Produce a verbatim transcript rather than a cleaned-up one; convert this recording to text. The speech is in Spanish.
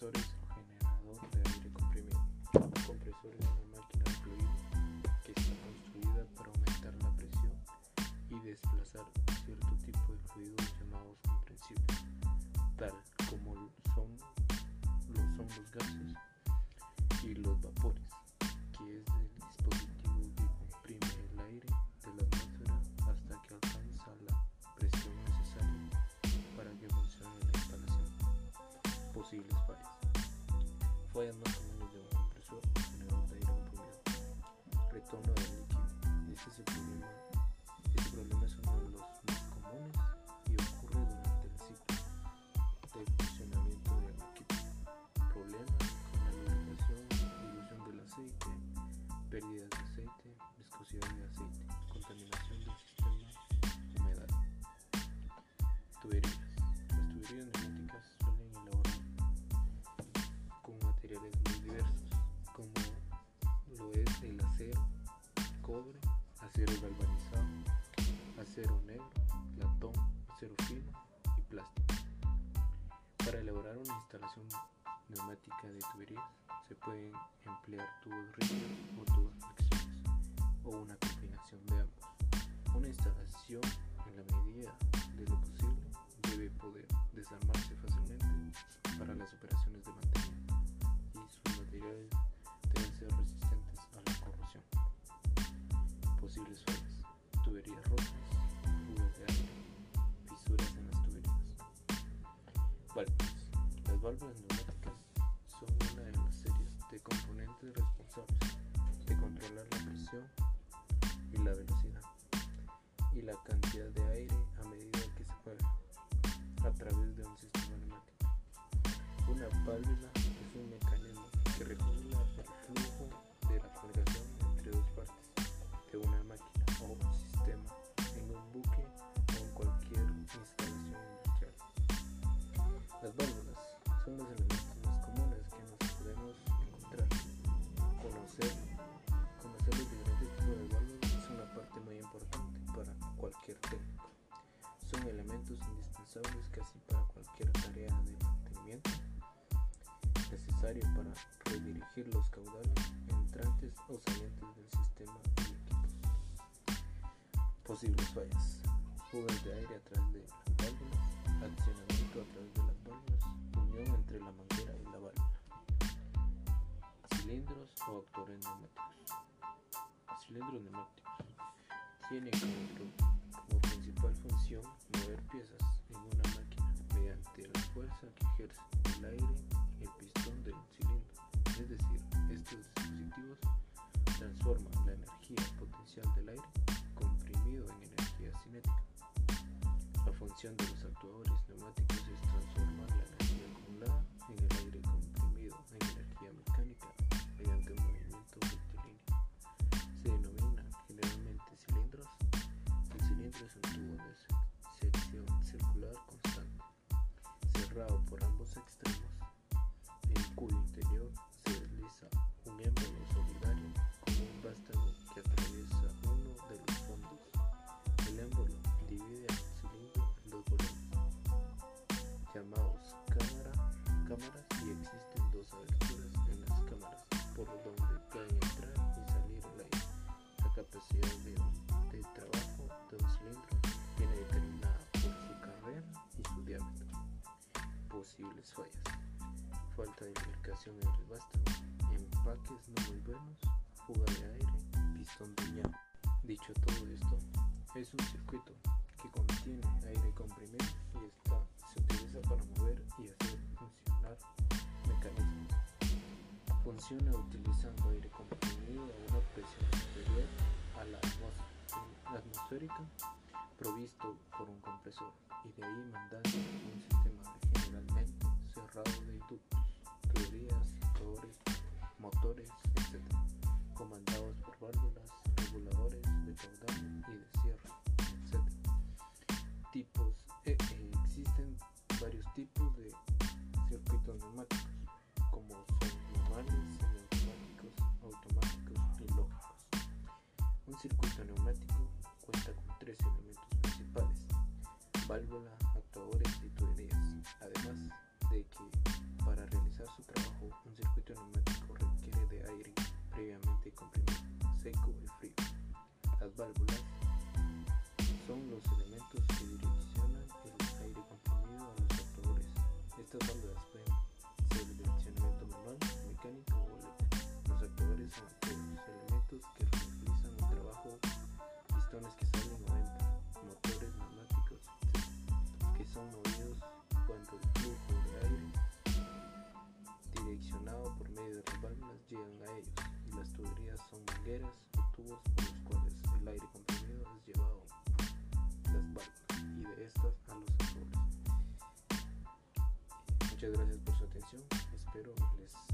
Compresores o generador de aire comprimido. Un compresor es una máquina de fluido que está construida para aumentar la presión y desplazar cierto tipo de fluidos llamados compresibles, tal como son, lo son los gases y los vapores, que es el dispositivo que comprime el aire de la atmósfera hasta que alcanza la presión necesaria para que funcione la instalación. Posibles fallas. Fallas más comunes de un compresor o generador de aire comprimido. Retorno del líquido. Este es el problema. Este problema es uno de los más comunes y ocurre durante el ciclo de funcionamiento del equipo. Problemas con la lubricación, dilución del aceite, pérdidas de aceite, viscosidad de aceite, contaminación del sistema, humedad. Tuberías. Las tuberías neumáticas suelen elaborar con materiales muy diversos, como lo es el acero, cobre, acero galvanizado, acero negro, latón, acero fino y plástico. Para elaborar una instalación neumática de tuberías se pueden emplear tubos rígidos o tubos flexibles o una combinación de ambos. Una instalación, en la medida de lo posible, debe poder desarmarse fácilmente para las operaciones de mantenimiento y sus materiales deben ser resistentes a la corrosión. Posibles fallas: tuberías rotas, fugas de aire, fisuras en las tuberías. Válvulas. Las válvulas neumáticas son una de las series de componentes responsables de controlar la presión y la velocidad y la cantidad de aire a medida que se mueve a través de un sistema neumático. Una válvula es un mecanismo que regula el flujo de la comunicación entre dos partes de una máquina o sistema en un buque o en cualquier instalación industrial. Las válvulas son los elementos más comunes que nos podemos encontrar. Conocer, conocer los diferentes tipos de válvulas es una parte muy importante para cualquier técnico. Son elementos indispensables casi para cualquier tarea de mantenimiento necesario para redirigir los caudales entrantes o salientes del sistema y equipos. Posibles fallas: fugas de aire a través de las válvulas, accionamiento a través de las válvulas, unión entre la manguera y la válvula. Cilindros o actuadores neumáticos. Los cilindros neumáticos tienen como, como principal función mover piezas en una máquina mediante la fuerza que ejerce el aire en el pistón del cilindro. Es decir, estos dispositivos transforman la energía potencial del aire comprimido en energía cinética. La función de los actuadores neumáticos es transformar la energía acumulada en el aire comprimido en energía mecánica mediante un movimiento rectilíneo. Se denomina generalmente cilindros. El cilindro es un tubo de sección circular constante, cerrado por ambos extremos, en cuyo interior se desliza un émbolo solidario con un vástago que atraviesa uno de los fondos. El émbolo divide al cilindro en dos volúmenes, llamados cámara, cámaras, y existen dos aberturas en las cámaras por donde pueden entrar y salir el aire. La capacidad de, de trabajo de un cilindro viene determinada por su carrera y su diámetro. Posibles fallas: falta de lubricación en el vástago, empaques no muy buenos, fuga de aire, pistón dañado. Dicho todo esto, es un circuito que contiene aire comprimido y está, se utiliza para mover y hacer funcionar mecanismos. Funciona utilizando aire comprimido a una presión superior a la atmosférica provisto por un compresor, y de ahí mandando un sistema generalmente cerrado de ductos, tuberías, motores, motores, etcétera, comandados por válvulas, reguladores de caudal y de cierre, etcétera. Tipos eh, eh, existen varios tipos de circuitos neumáticos, como son manuales, semiautomáticos, automáticos y lógicos. Un circuito neumático cuenta con tres elementos principales: válvula, actuadores y tuberías, además de que para realizar su Las válvulas son los elementos que direccionan el aire comprimido a los actuadores. Estas válvulas pueden ser de direccionamiento manual, mecánico o eléctrico. Los actuadores son aquellos elementos que realizan un trabajo, pistones que salen o entran, motores neumáticos, etcétera, que son movidos cuando el flujo de aire direccionado por medio de las válvulas llegan a ellos, y las tuberías son mangueras o tubos por los cuales el aire comprimido es llevado a las válvulas y de estas a los actuadores. Muchas gracias por su atención, espero les